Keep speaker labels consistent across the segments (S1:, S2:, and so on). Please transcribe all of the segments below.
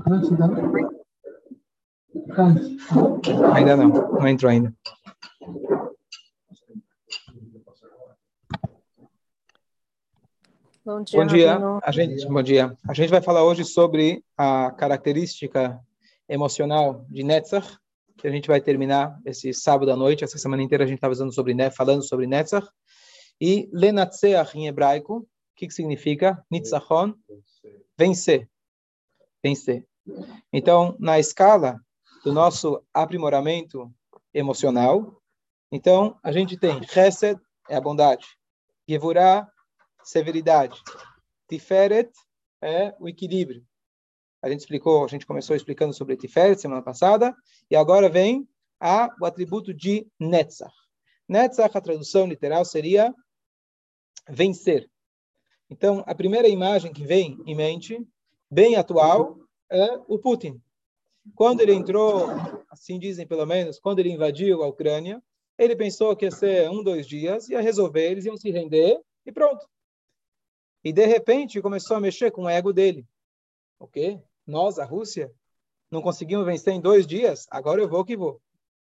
S1: Ainda não entrou ainda.
S2: Bom dia,
S1: Bom dia.
S2: Rabino.
S1: Bom dia. A gente vai falar hoje sobre a característica emocional de Netzach, que a gente vai terminar esse sábado à noite. Essa semana inteira a gente estava falando sobre Netzach. E Lenatzeach em hebraico, o que significa? Nitzachon, vencer. Vencer. Então, na escala do nosso aprimoramento emocional, então a gente tem Chesed, é a bondade. Gevurah, severidade. Tiferet é o equilíbrio. A gente começou explicando sobre Tiferet semana passada, e agora vem o atributo de Netzach. Netzach, a tradução literal seria vencer. Então, a primeira imagem que vem em mente, bem atual, é o Putin. Quando ele entrou, assim dizem pelo menos, quando ele invadiu a Ucrânia, ele pensou que ia ser 2 dias, ia resolver, eles iam se render e pronto. E de repente começou a mexer com o ego dele. O quê? Nós, a Rússia, não conseguimos vencer em 2 dias? Agora eu vou que vou.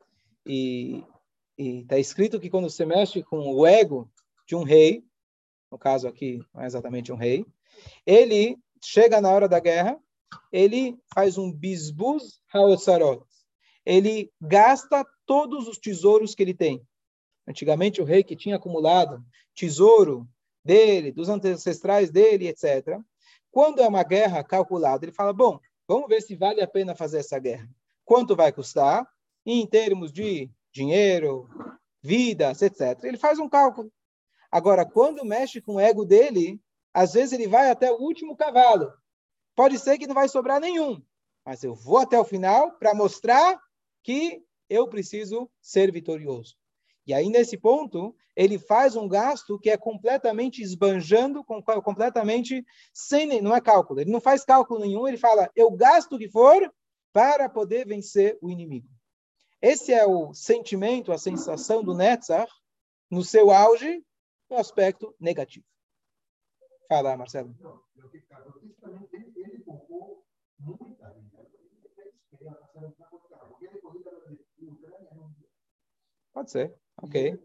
S1: E está escrito que quando você mexe com o ego de um rei, no caso aqui não é exatamente um rei, ele chega na hora da guerra, ele faz um bisbuz haotzarot. Ele gasta todos os tesouros que ele tem. Antigamente o rei que tinha acumulado tesouro dele, dos ancestrais dele, etc. Quando é uma guerra calculada, ele fala, bom, vamos ver se vale a pena fazer essa guerra. Quanto vai custar? E em termos de dinheiro, vidas, etc. Ele faz um cálculo. Agora, quando mexe com o ego dele, às vezes ele vai até o último cavalo. Pode ser que não vai sobrar nenhum, mas eu vou até o final para mostrar que eu preciso ser vitorioso. E aí, nesse ponto, ele faz um gasto que é completamente esbanjando, completamente sem, não é cálculo. Ele não faz cálculo nenhum, ele fala, eu gasto o que for para poder vencer o inimigo. Esse é o sentimento, a sensação do Netzach, no seu auge, no aspecto negativo. Fala, Marcelo. Ele poupou muita vida. Pode ser, ok.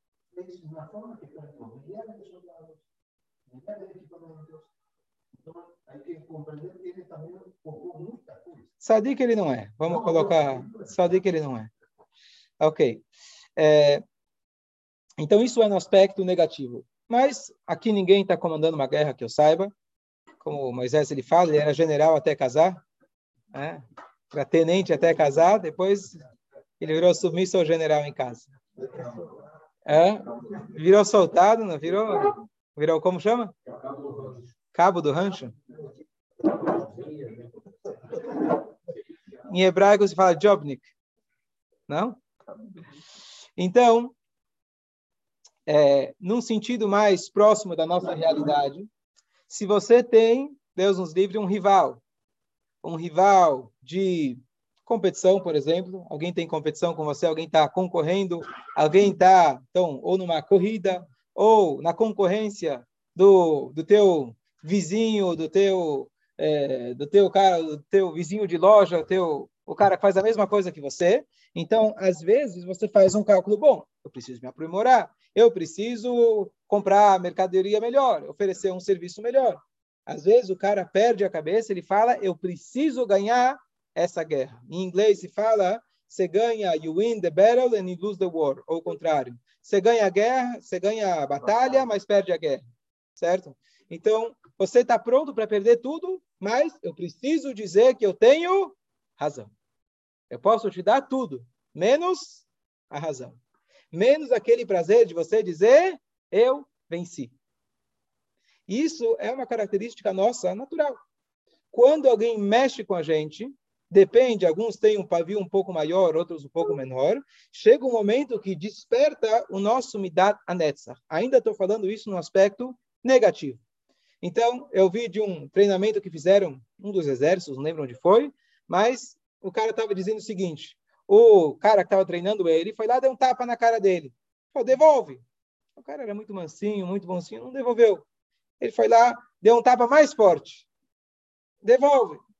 S1: Sadik ele não é. Vamos colocar Sadik ele não é. Ok. Então isso é no aspecto negativo. Mas aqui ninguém está comandando uma guerra que eu saiba. Como Moisés ele fala, ele era general até casar. Era tenente até casar, depois ele virou submisso ao general em casa. Virou soldado, não virou? Virou como chama? Cabo do rancho. Em hebraico se fala jobnik. Não? Então, num sentido mais próximo da nossa realidade, se você tem, Deus nos livre, um rival de competição, por exemplo, alguém tem competição com você, alguém está concorrendo, alguém está, então, ou numa corrida, ou na concorrência do teu vizinho, do teu cara, do teu vizinho de loja, o cara que faz a mesma coisa que você. Então, às vezes, você faz um cálculo, bom, eu preciso me aprimorar, eu preciso comprar mercadoria melhor, oferecer um serviço melhor. Às vezes, o cara perde a cabeça, ele fala, eu preciso ganhar essa guerra. Em inglês se fala, você ganha, you win the battle and you lose the war. Ou o contrário. Você ganha a guerra, você ganha a batalha, mas perde a guerra. Certo? Então, você está pronto para perder tudo, mas eu preciso dizer que eu tenho razão. Eu posso te dar tudo, menos a razão. Menos aquele prazer de você dizer, eu venci. Isso é uma característica nossa natural. Quando alguém mexe com a gente, depende, alguns têm um pavio um pouco maior, outros um pouco menor, chega um momento que desperta o nosso Midat HaNetzach. Ainda estou falando isso no aspecto negativo. Então, eu vi de um treinamento que fizeram, um dos exércitos, não lembro onde foi, mas o cara estava dizendo o seguinte, o cara que estava treinando ele foi lá, deu um tapa na cara dele. Falou, devolve. O cara era muito mansinho, muito bonzinho, não devolveu. Ele foi lá, deu um tapa mais forte. Devolve.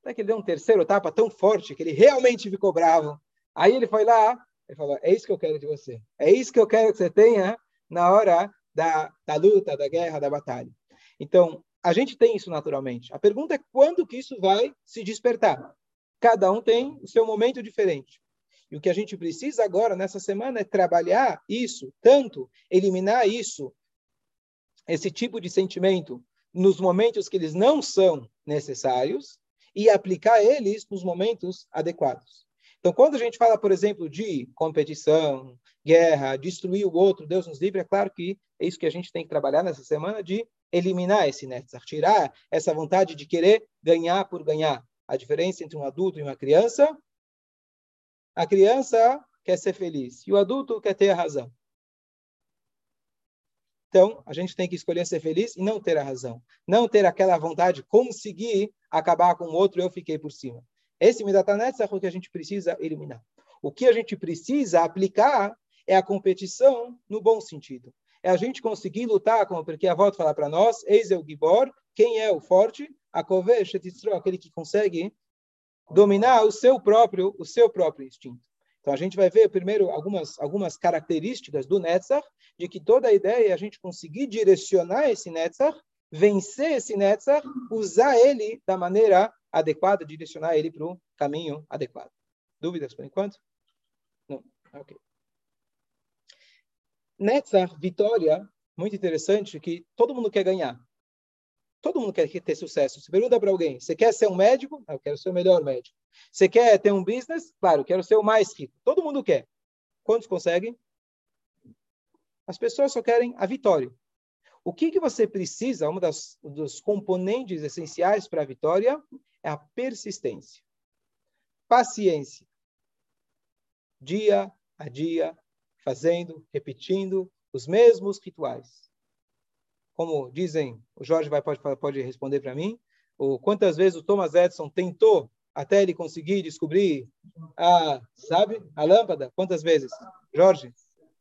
S1: Até que ele deu um terceiro tapa tão forte que ele realmente ficou bravo. Aí ele foi lá, ele falou, é isso que eu quero de você. É isso que eu quero que você tenha na hora da luta, da guerra, da batalha. Então, a gente tem isso naturalmente. A pergunta é quando que isso vai se despertar. Cada um tem o seu momento diferente. E o que a gente precisa agora, nessa semana, é trabalhar isso, tanto eliminar isso, esse tipo de sentimento, nos momentos que eles não são necessários, e aplicar eles nos momentos adequados. Então, quando a gente fala, por exemplo, de competição, guerra, destruir o outro, Deus nos livre, é claro que é isso que a gente tem que trabalhar nessa semana, de eliminar esse netzach, tirar essa vontade de querer ganhar por ganhar. A diferença entre um adulto e uma criança, a criança quer ser feliz e o adulto quer ter a razão. Então, a gente tem que escolher ser feliz e não ter a razão. Não ter aquela vontade de conseguir acabar com o outro, eu fiquei por cima. Esse Midat HaNetzach é o que a gente precisa eliminar. O que a gente precisa aplicar é a competição no bom sentido. É a gente conseguir lutar, como porque a avó fala para nós, eis é o Gibor, quem é o forte? A Kovesh, aquele que consegue dominar o seu próprio instinto. Então, a gente vai ver primeiro algumas características do Netzach, de que toda a ideia é a gente conseguir direcionar esse Netzach, vencer esse Netzach, usar ele da maneira adequada, direcionar ele para o caminho adequado. Dúvidas por enquanto? Não? Ok. Netzach, vitória, muito interessante, que todo mundo quer ganhar. Todo mundo quer ter sucesso. Você pergunta para alguém, você quer ser um médico? Eu quero ser o melhor médico. Você quer ter um business? Claro, eu quero ser o mais rico. Todo mundo quer. Quantos conseguem? As pessoas só querem a vitória. O que você precisa, dos componentes essenciais para a vitória, é a persistência. Paciência. Dia a dia, fazendo, repetindo os mesmos rituais. Como dizem, o Jorge pode responder para mim, quantas vezes o Thomas Edison tentou até ele conseguir descobrir a lâmpada? Quantas vezes? Jorge?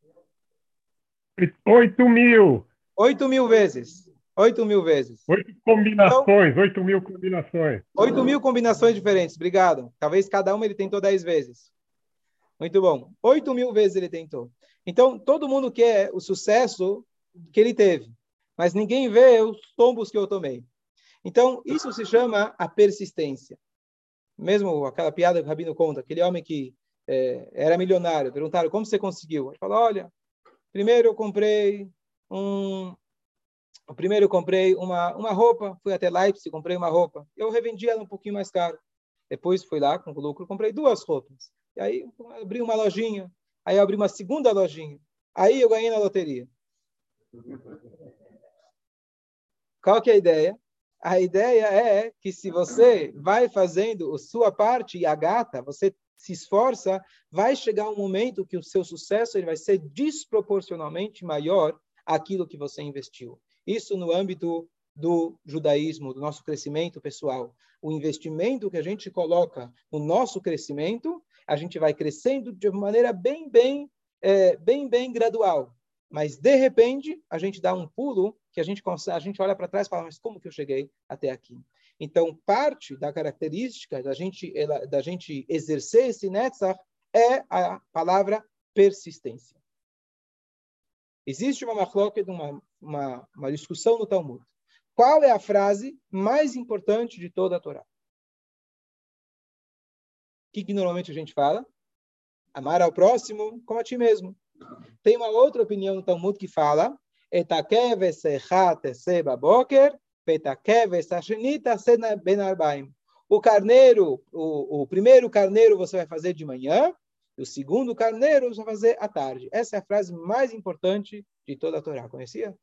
S2: 8.000.
S1: 8.000 vezes. 8.000 vezes.
S2: 8 combinações, então, 8.000 combinações.
S1: 8.000 combinações diferentes, obrigado. Talvez cada uma ele tentou 10 vezes. Muito bom. 8.000 vezes ele tentou. Então, todo mundo quer o sucesso que ele teve, mas ninguém vê os tombos que eu tomei. Então, isso se chama a persistência. Mesmo aquela piada que o Rabino conta, aquele homem que era milionário, perguntaram, como você conseguiu? Ele falou, olha, primeiro eu comprei uma roupa, fui até Leipzig, comprei uma roupa. Eu revendi ela um pouquinho mais caro. Depois fui lá, com o lucro, comprei 2 roupas. E aí abri uma lojinha. Aí eu abri uma segunda lojinha. Aí eu ganhei na loteria. Qual que é a ideia? A ideia é que se você vai fazendo a sua parte e a gata, você se esforça, vai chegar um momento que o seu sucesso ele vai ser desproporcionalmente maior àquilo que você investiu. Isso no âmbito do judaísmo, do nosso crescimento pessoal. O investimento que a gente coloca no nosso crescimento, a gente vai crescendo de uma maneira bem gradual. Mas, de repente, a gente dá um pulo que a gente olha para trás e fala, mas como que eu cheguei até aqui? Então, parte da característica da gente exercer esse netzach é a palavra persistência. Existe uma machloket, uma discussão no Talmud. Qual é a frase mais importante de toda a Torá? O que normalmente a gente fala? Amar ao próximo como a ti mesmo. Tem uma outra opinião no Talmud que fala o carneiro, o primeiro carneiro você vai fazer de manhã, e o segundo carneiro você vai fazer à tarde. Essa é a frase mais importante de toda a Torá. Conhecia?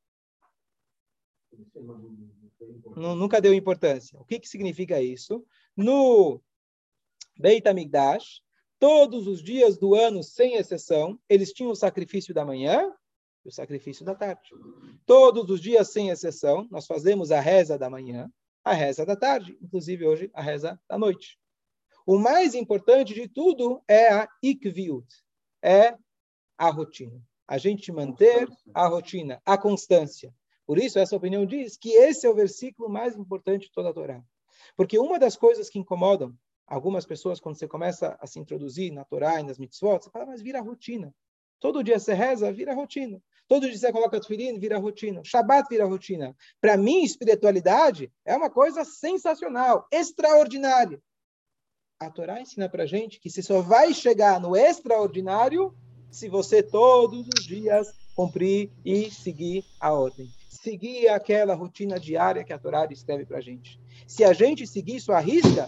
S1: Nunca deu importância. O que significa isso? No Beit HaMikdash, todos os dias do ano, sem exceção, eles tinham o sacrifício da manhã e o sacrifício da tarde. Todos os dias, sem exceção, nós fazemos a reza da manhã, a reza da tarde, inclusive hoje a reza da noite. O mais importante de tudo é a ikviut, é a rotina. A gente manter a rotina, a constância. Por isso, essa opinião diz que esse é o versículo mais importante de toda a Torá. Porque uma das coisas que incomodam algumas pessoas quando você começa a se introduzir na Torá e nas mitzvot, você fala, mas vira rotina. Todo dia você reza, vira rotina. Todo dia você coloca tefilim, vira rotina. Shabbat vira rotina. Para mim, espiritualidade é uma coisa sensacional, extraordinária. A Torá ensina para a gente que você só vai chegar no extraordinário se você todos os dias cumprir e seguir a ordem. Seguir aquela rotina diária que a Torá descreve para a gente. Se a gente seguir isso à risca,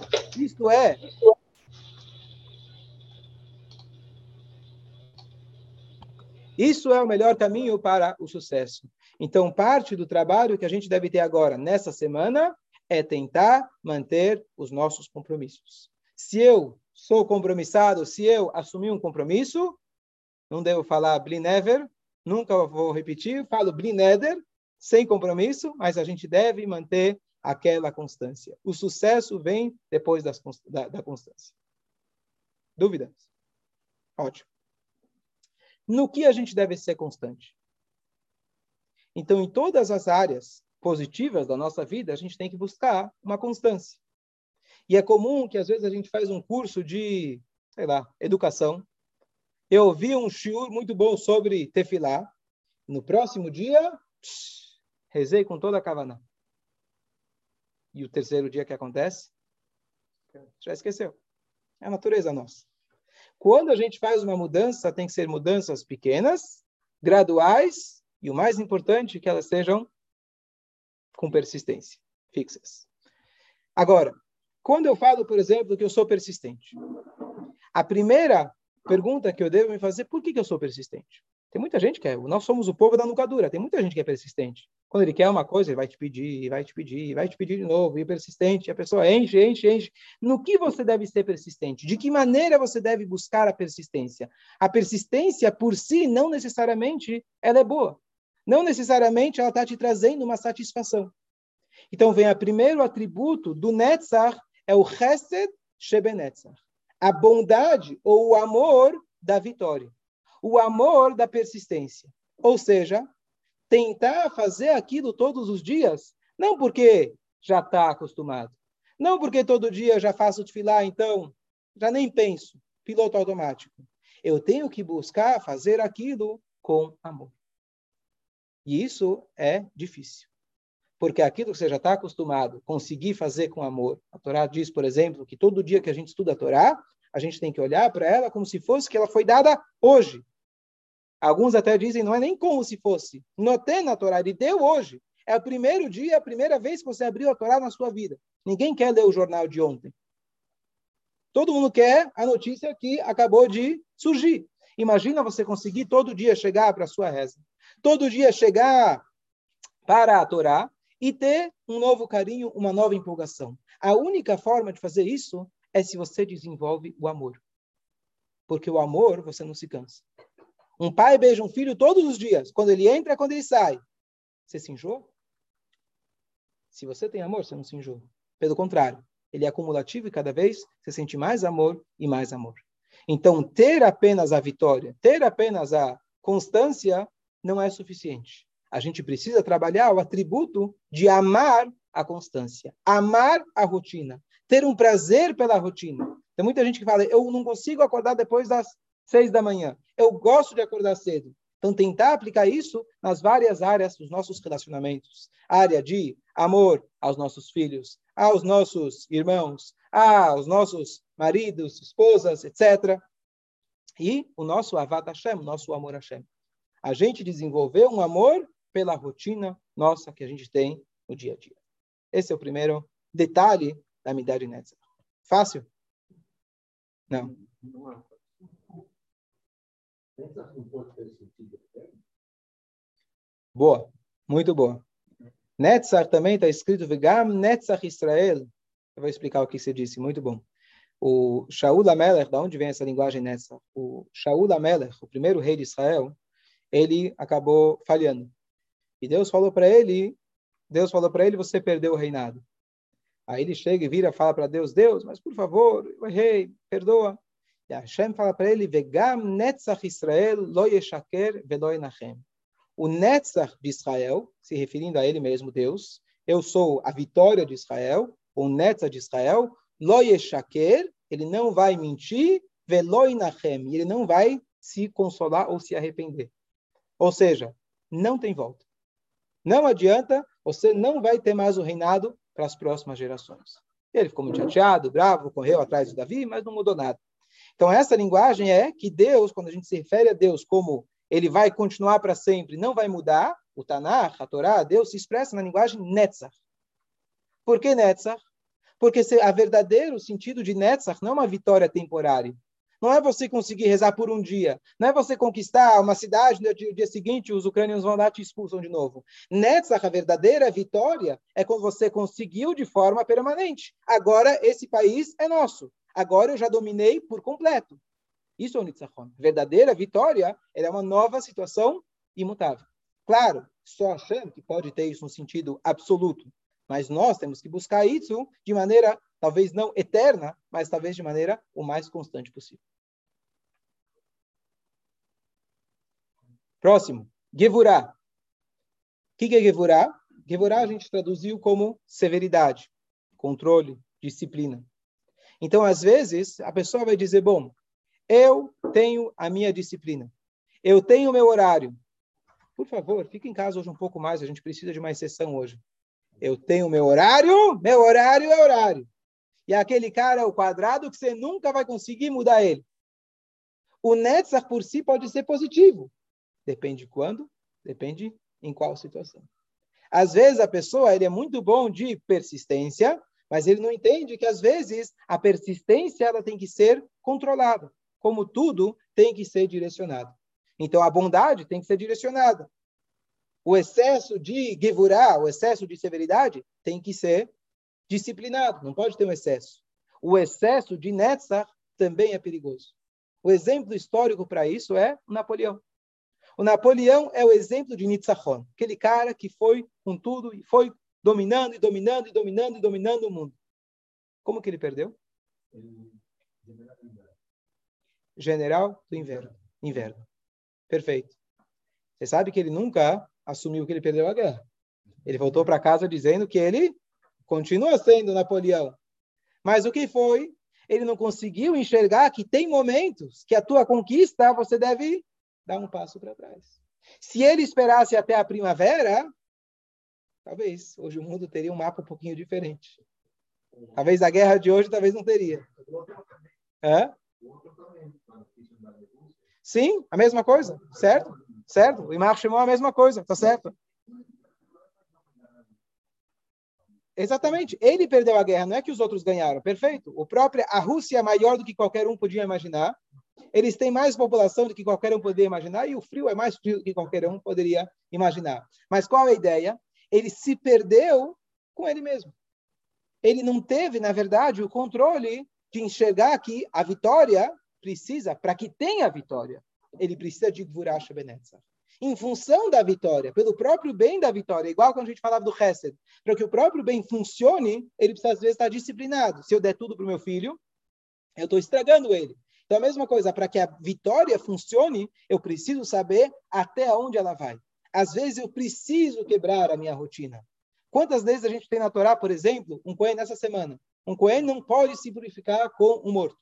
S1: isso é o melhor caminho para o sucesso. Então, parte do trabalho que a gente deve ter agora, nessa semana, é tentar manter os nossos compromissos. Se eu sou compromissado, se eu assumir um compromisso, não devo falar bli never, nunca vou repetir, falo bli neder, sem compromisso, mas a gente deve manter aquela constância. O sucesso vem depois da constância. Dúvidas? Ótimo. No que a gente deve ser constante? Então, em todas as áreas positivas da nossa vida, a gente tem que buscar uma constância. E é comum que, às vezes, a gente faz um curso de, educação. Eu ouvi um shiur muito bom sobre tefilá. No próximo dia, rezei com toda a kavaná. E o terceiro dia que acontece? Já esqueceu. É a natureza nossa. Quando a gente faz uma mudança, tem que ser mudanças pequenas, graduais, e o mais importante, que elas sejam com persistência, fixas. Agora, quando eu falo, por exemplo, que eu sou persistente, a primeira pergunta que eu devo me fazer, por que eu sou persistente? Tem muita gente que nós somos o povo da nuca dura, tem muita gente que é persistente. Quando ele quer uma coisa, ele vai te pedir, vai te pedir, vai te pedir de novo, e persistente, a pessoa enche. No que você deve ser persistente? De que maneira você deve buscar a persistência? A persistência, por si, não necessariamente ela é boa. Não necessariamente ela está te trazendo uma satisfação. Então, vem o primeiro atributo do Netzach, é o Chesed Shebenetzach. A bondade ou o amor da vitória. O amor da persistência. Ou seja, tentar fazer aquilo todos os dias, não porque já está acostumado, não porque todo dia já faço tefilá, então já nem penso, piloto automático. Eu tenho que buscar fazer aquilo com amor. E isso é difícil. Porque aquilo que você já está acostumado, conseguir fazer com amor. A Torá diz, por exemplo, que todo dia que a gente estuda a Torá, a gente tem que olhar para ela como se fosse que ela foi dada hoje. Alguns até dizem, não é nem como se fosse. Notei na Torá, ele deu hoje. É o primeiro dia, a primeira vez que você abriu a Torá na sua vida. Ninguém quer ler o jornal de ontem. Todo mundo quer a notícia que acabou de surgir. Imagina você conseguir todo dia chegar para a sua reza. Todo dia chegar para a Torá e ter um novo carinho, uma nova empolgação. A única forma de fazer isso é se você desenvolve o amor. Porque o amor, você não se cansa. Um pai beija um filho todos os dias. Quando ele entra, quando ele sai. Você se enjoa? Se você tem amor, você não se enjoa. Pelo contrário, ele é acumulativo e cada vez você sente mais amor e mais amor. Então, ter apenas a vitória, ter apenas a constância, não é suficiente. A gente precisa trabalhar o atributo de amar a constância, amar a rotina, ter um prazer pela rotina. Tem muita gente que fala, eu não consigo acordar depois das 6 da manhã. Eu gosto de acordar cedo. Então, tentar aplicar isso nas várias áreas dos nossos relacionamentos. A área de amor aos nossos filhos, aos nossos irmãos, aos nossos maridos, esposas, etc. E o nosso Avat Hashem, o nosso amor a Hashem. A gente desenvolver um amor pela rotina nossa que a gente tem no dia a dia. Esse é o primeiro detalhe da Midad Netzach. Fácil? Não. Boa, muito boa. Netzach também está escrito Vegam Netzach Israel. Eu vou explicar o que você disse, muito bom. O Shaul HaMelech, de onde vem essa linguagem Netzach? O Shaul HaMelech, o primeiro rei de Israel, ele acabou falhando. E Deus falou para ele, você perdeu o reinado. Aí ele chega e vira, fala para Deus, mas por favor, eu errei, perdoa. E Hashem fala para ele, Vegam Netzach Israel lo yeshaker velo yenachem. O Netzach de Israel, se referindo a ele mesmo, Deus, eu sou a vitória de Israel, o Netzach de Israel, lo yeshaker, ele não vai mentir, velo inachem, ele não vai se consolar ou se arrepender. Ou seja, não tem volta. Não adianta, você não vai ter mais o reinado para as próximas gerações. Ele ficou muito chateado, bravo, correu atrás de Davi, mas não mudou nada. Então, essa linguagem é que Deus, quando a gente se refere a Deus como ele vai continuar para sempre, não vai mudar, o Tanakh, a Torá, Deus se expressa na linguagem Netzach. Por que Netzach? Porque a verdadeiro sentido de Netzach não é uma vitória temporária. Não é você conseguir rezar por um dia. Não é você conquistar uma cidade, no dia seguinte os ucranianos vão lá e te expulsam de novo. Netzach, a verdadeira vitória, é quando você conseguiu de forma permanente. Agora esse país é nosso. Agora eu já dominei por completo. Isso é o Nitzachon. Verdadeira vitória, ela é uma nova situação imutável. Claro, só Hashem que pode ter isso no sentido absoluto. Mas nós temos que buscar isso de maneira, talvez não eterna, mas talvez de maneira o mais constante possível. Próximo, Gevurah. O que é Gevurah? Gevurah a gente traduziu como severidade, controle, disciplina. Então, às vezes, a pessoa vai dizer, bom, eu tenho a minha disciplina, eu tenho o meu horário. Por favor, fique em casa hoje um pouco mais, a gente precisa de uma exceção hoje. Eu tenho meu horário é horário. E aquele cara é o quadrado que você nunca vai conseguir mudar ele. O Netzach por si pode ser positivo. Depende quando, depende em qual situação. Às vezes a pessoa ele é muito bom de persistência, mas ele não entende que às vezes a persistência ela tem que ser controlada. Como tudo tem que ser direcionado. Então a bondade tem que ser direcionada. O excesso de gevurah, o excesso de severidade, tem que ser disciplinado, não pode ter um excesso. O excesso de Netzach também é perigoso. O exemplo histórico para isso é o Napoleão. O Napoleão é o exemplo de Nitzachon, aquele cara que foi com tudo e foi dominando o mundo. Como que ele perdeu? General do inverno. Perfeito. Você sabe que ele nunca assumiu que ele perdeu a guerra. Ele voltou para casa dizendo que ele continua sendo Napoleão. Mas o que foi? Ele não conseguiu enxergar que tem momentos que a tua conquista você deve dar um passo para trás. Se ele esperasse até a primavera, talvez hoje o mundo teria um mapa um pouquinho diferente. Talvez a guerra de hoje talvez não teria. Hã? Sim, a mesma coisa, certo? Certo? O Imar chamou a mesma coisa, tá certo? Exatamente. Ele perdeu a guerra, não é que os outros ganharam. Perfeito. A Rússia é maior do que qualquer um podia imaginar. Eles têm mais população do que qualquer um poderia imaginar e o frio é mais frio do que qualquer um poderia imaginar. Mas qual é a ideia? Ele se perdeu com ele mesmo. Ele não teve, na verdade, o controle de enxergar que a vitória precisa, para que tenha a vitória, ele precisa de Gvurah Shebenetzach. Em função da vitória, pelo próprio bem da vitória, igual quando a gente falava do Chesed, para que o próprio bem funcione, ele precisa às vezes estar disciplinado. Se eu der tudo para o meu filho, eu estou estragando ele. Então a mesma coisa, para que a vitória funcione, eu preciso saber até onde ela vai. Às vezes eu preciso quebrar a minha rotina. Quantas vezes a gente tem na Torá, por exemplo, um Cohen nessa semana? Um Cohen não pode se purificar com um morto.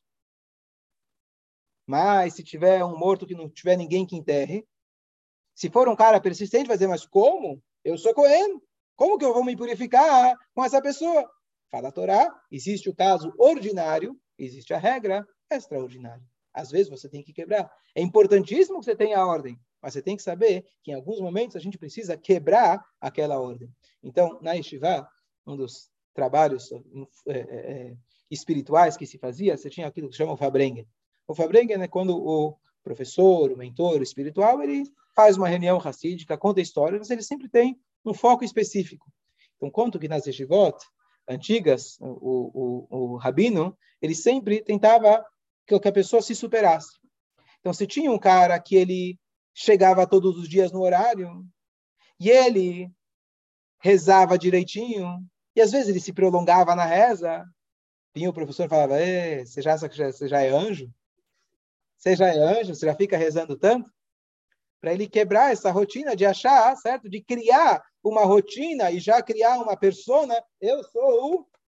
S1: Mas se tiver um morto que não tiver ninguém que enterre, se for um cara persistente, vai dizer, mas como? Eu sou Cohen. Como que eu vou me purificar com essa pessoa? Fala a Torá, existe o caso ordinário, existe a regra extraordinária. Às vezes você tem que quebrar. É importantíssimo que você tenha a ordem, mas você tem que saber que em alguns momentos a gente precisa quebrar aquela ordem. Então, na Yeshiva, um dos trabalhos espirituais que se fazia, você tinha aquilo que se chama o Fabrengen. O Fabrengen é quando o professor, o mentor, o espiritual, ele faz uma reunião racídica, conta histórias, mas ele sempre tem um foco específico. Então, conto que nas yeshivot antigas, o rabino, ele sempre tentava que a pessoa se superasse. Então, se tinha um cara que ele chegava todos os dias no horário, e ele rezava direitinho, e às vezes ele se prolongava na reza, vinha o professor e falava, você já é anjo? Você já é anjo? Você já fica rezando tanto? Para ele quebrar essa rotina de achar, certo? De criar uma rotina e já criar uma persona, eu sou o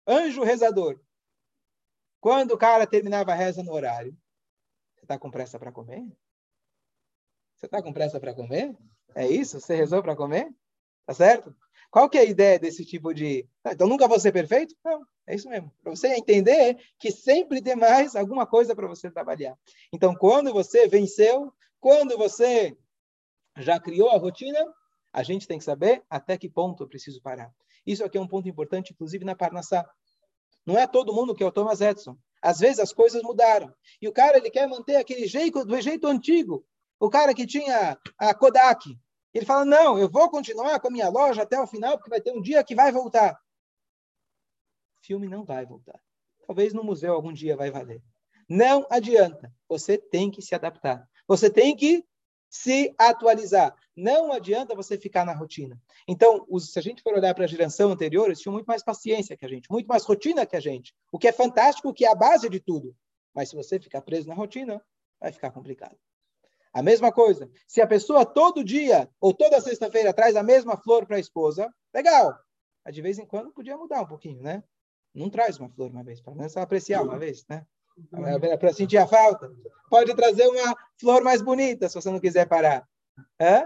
S1: anjo rezador. Quando o cara terminava a reza no horário, você está com pressa para comer? Você está com pressa para comer? É isso? Você rezou para comer? Tá certo? Qual que é a ideia desse tipo de... Então nunca vou ser perfeito? Não, é isso mesmo. Para você entender que sempre tem mais alguma coisa para você trabalhar. Então, quando você venceu, quando você já criou a rotina, a gente tem que saber até que ponto eu preciso parar. Isso aqui é um ponto importante, inclusive na Parnassá. Não é todo mundo que é o Thomas Edison. Às vezes as coisas mudaram. E o cara ele quer manter aquele jeito, do jeito antigo. O cara que tinha a Kodak. Ele fala, não, eu vou continuar com a minha loja até o final, porque vai ter um dia que vai voltar. O filme não vai voltar. Talvez no museu algum dia vai valer. Não adianta. Você tem que se adaptar. Você tem que se atualizar. Não adianta você ficar na rotina. Então, se a gente for olhar para a geração anterior, eles tinham muito mais paciência que a gente, muito mais rotina que a gente. O que é fantástico, o que é a base de tudo. Mas se você ficar preso na rotina, vai ficar complicado. A mesma coisa. Se a pessoa todo dia ou toda sexta-feira traz a mesma flor para a esposa, legal. Mas de vez em quando podia mudar um pouquinho, né? Não traz uma flor uma vez, para menos apreciar uma vez, né? Para sentir a falta. Pode trazer uma flor mais bonita, se você não quiser parar. Hã?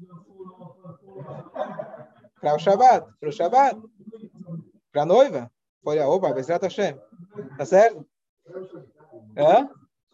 S1: Para o Shabbat. Para o Shabbat. Para a noiva. Olha, opa, Bezrat Hashem. Tá certo? Hã?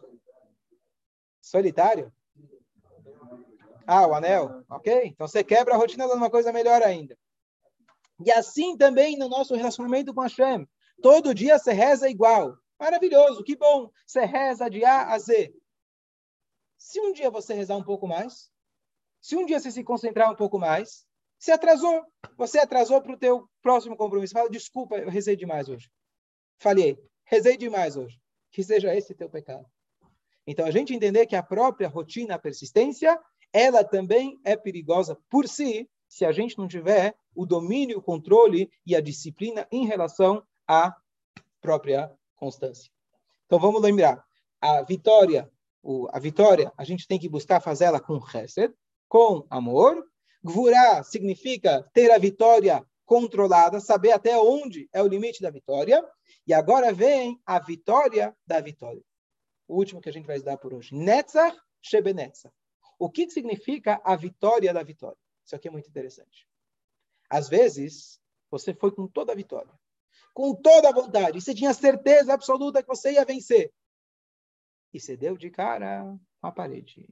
S1: Solitário? Ah, o anel. Ok. Então você quebra a rotina dando uma coisa melhor ainda. E assim também no nosso relacionamento com Hashem. Todo dia você reza igual. Maravilhoso, que bom. Você reza de A a Z. Se um dia você rezar um pouco mais, se um dia você se concentrar um pouco mais, você atrasou para o teu próximo compromisso. Fala, desculpa, eu rezei demais hoje. Falhei, rezei demais hoje. Que seja esse teu pecado. Então, a gente entender que a própria rotina, a persistência, ela também é perigosa por si, se a gente não tiver o domínio, o controle e a disciplina em relação à própria constância. Então, vamos lembrar, a vitória, a gente tem que buscar fazê-la com chesed, com amor. Gvurá significa ter a vitória controlada, saber até onde é o limite da vitória. E agora vem a vitória da vitória. O último que a gente vai dar por hoje. Netzach shebenetzach. O que significa a vitória da vitória? Isso aqui é muito interessante. Às vezes, você foi com toda a vitória, com toda a vontade, e você tinha certeza absoluta que você ia vencer. E você deu de cara com a parede.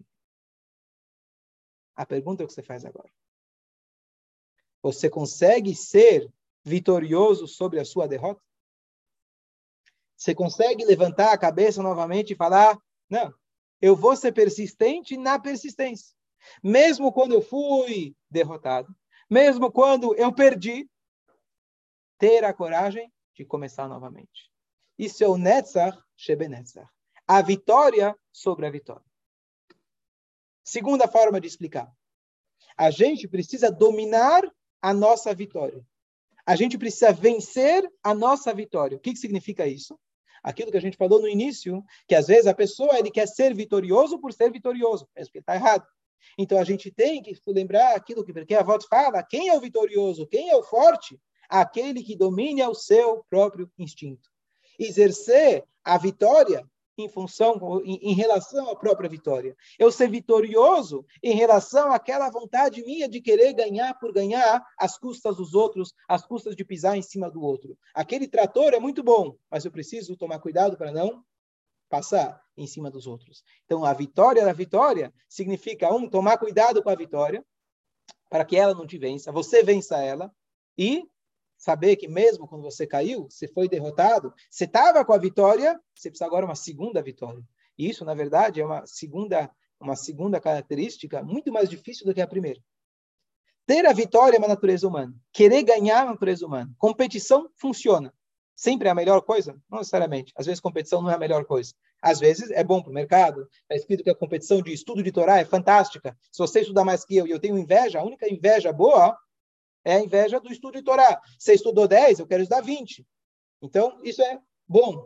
S1: A pergunta é o que você faz agora. Você consegue ser vitorioso sobre a sua derrota? Você consegue levantar a cabeça novamente e falar, não, eu vou ser persistente na persistência. Mesmo quando eu fui derrotado, mesmo quando eu perdi, ter a coragem de começar novamente. Isso é o Netzach Shebenetzach. A vitória sobre a vitória. Segunda forma de explicar. A gente precisa dominar a nossa vitória. A gente precisa vencer a nossa vitória. O que significa isso? Aquilo que a gente falou no início, que às vezes a pessoa ele quer ser vitorioso por ser vitorioso, mesmo que está errado. Então a gente tem que lembrar aquilo que a Vot fala, quem é o vitorioso, quem é o forte? Aquele que domina o seu próprio instinto. Exercer a vitória em relação à própria vitória. Eu ser vitorioso em relação àquela vontade minha de querer ganhar por ganhar às custas dos outros, às custas de pisar em cima do outro. Aquele trator é muito bom, mas eu preciso tomar cuidado para não passar em cima dos outros. Então, a vitória da vitória significa, tomar cuidado com a vitória, para que ela não te vença, você vença ela, e saber que mesmo quando você caiu, você foi derrotado, você estava com a vitória, você precisa agora uma segunda vitória. E isso, na verdade, é uma segunda característica muito mais difícil do que a primeira. Ter a vitória é uma natureza humana. Querer ganhar é uma natureza humana. Competição funciona. Sempre é a melhor coisa? Não necessariamente. Às vezes, competição não é a melhor coisa. Às vezes, é bom para o mercado. Está escrito que a competição de estudo de Torá é fantástica. Se você estudar mais que eu e eu tenho inveja, a única inveja boa é a inveja do estudo de Torá. Você estudou 10, eu quero estudar 20. Então, isso é bom.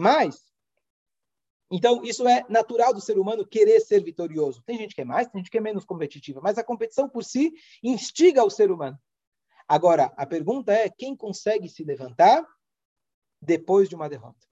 S1: Então, isso é natural do ser humano querer ser vitorioso. Tem gente que é mais, tem gente que é menos competitiva. Mas a competição por si instiga o ser humano. Agora, a pergunta é, quem consegue se levantar depois de uma derrota.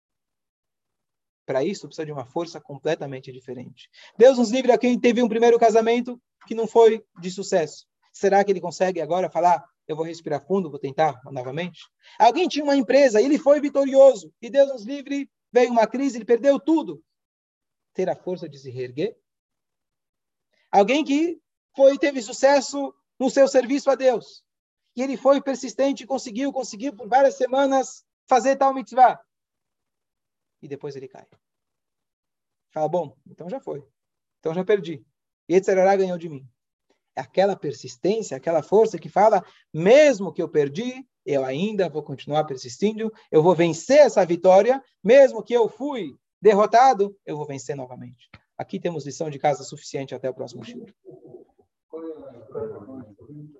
S1: Para isso, precisa de uma força completamente diferente. Deus nos livre a quem teve um primeiro casamento que não foi de sucesso. Será que ele consegue agora falar, eu vou respirar fundo, vou tentar novamente? Alguém tinha uma empresa, ele foi vitorioso, e Deus nos livre, veio uma crise, ele perdeu tudo. Ter a força de se reerguer? Alguém que teve sucesso no seu serviço a Deus, e ele foi persistente e conseguiu por várias semanas fazer tal mitzvah. E depois ele cai. Fala, bom, então já foi. Então já perdi. E Yetzirah ganhou de mim. É aquela persistência, aquela força que fala, mesmo que eu perdi, eu ainda vou continuar persistindo, eu vou vencer essa vitória, mesmo que eu fui derrotado, eu vou vencer novamente. Aqui temos lição de casa suficiente até o próximo shiur.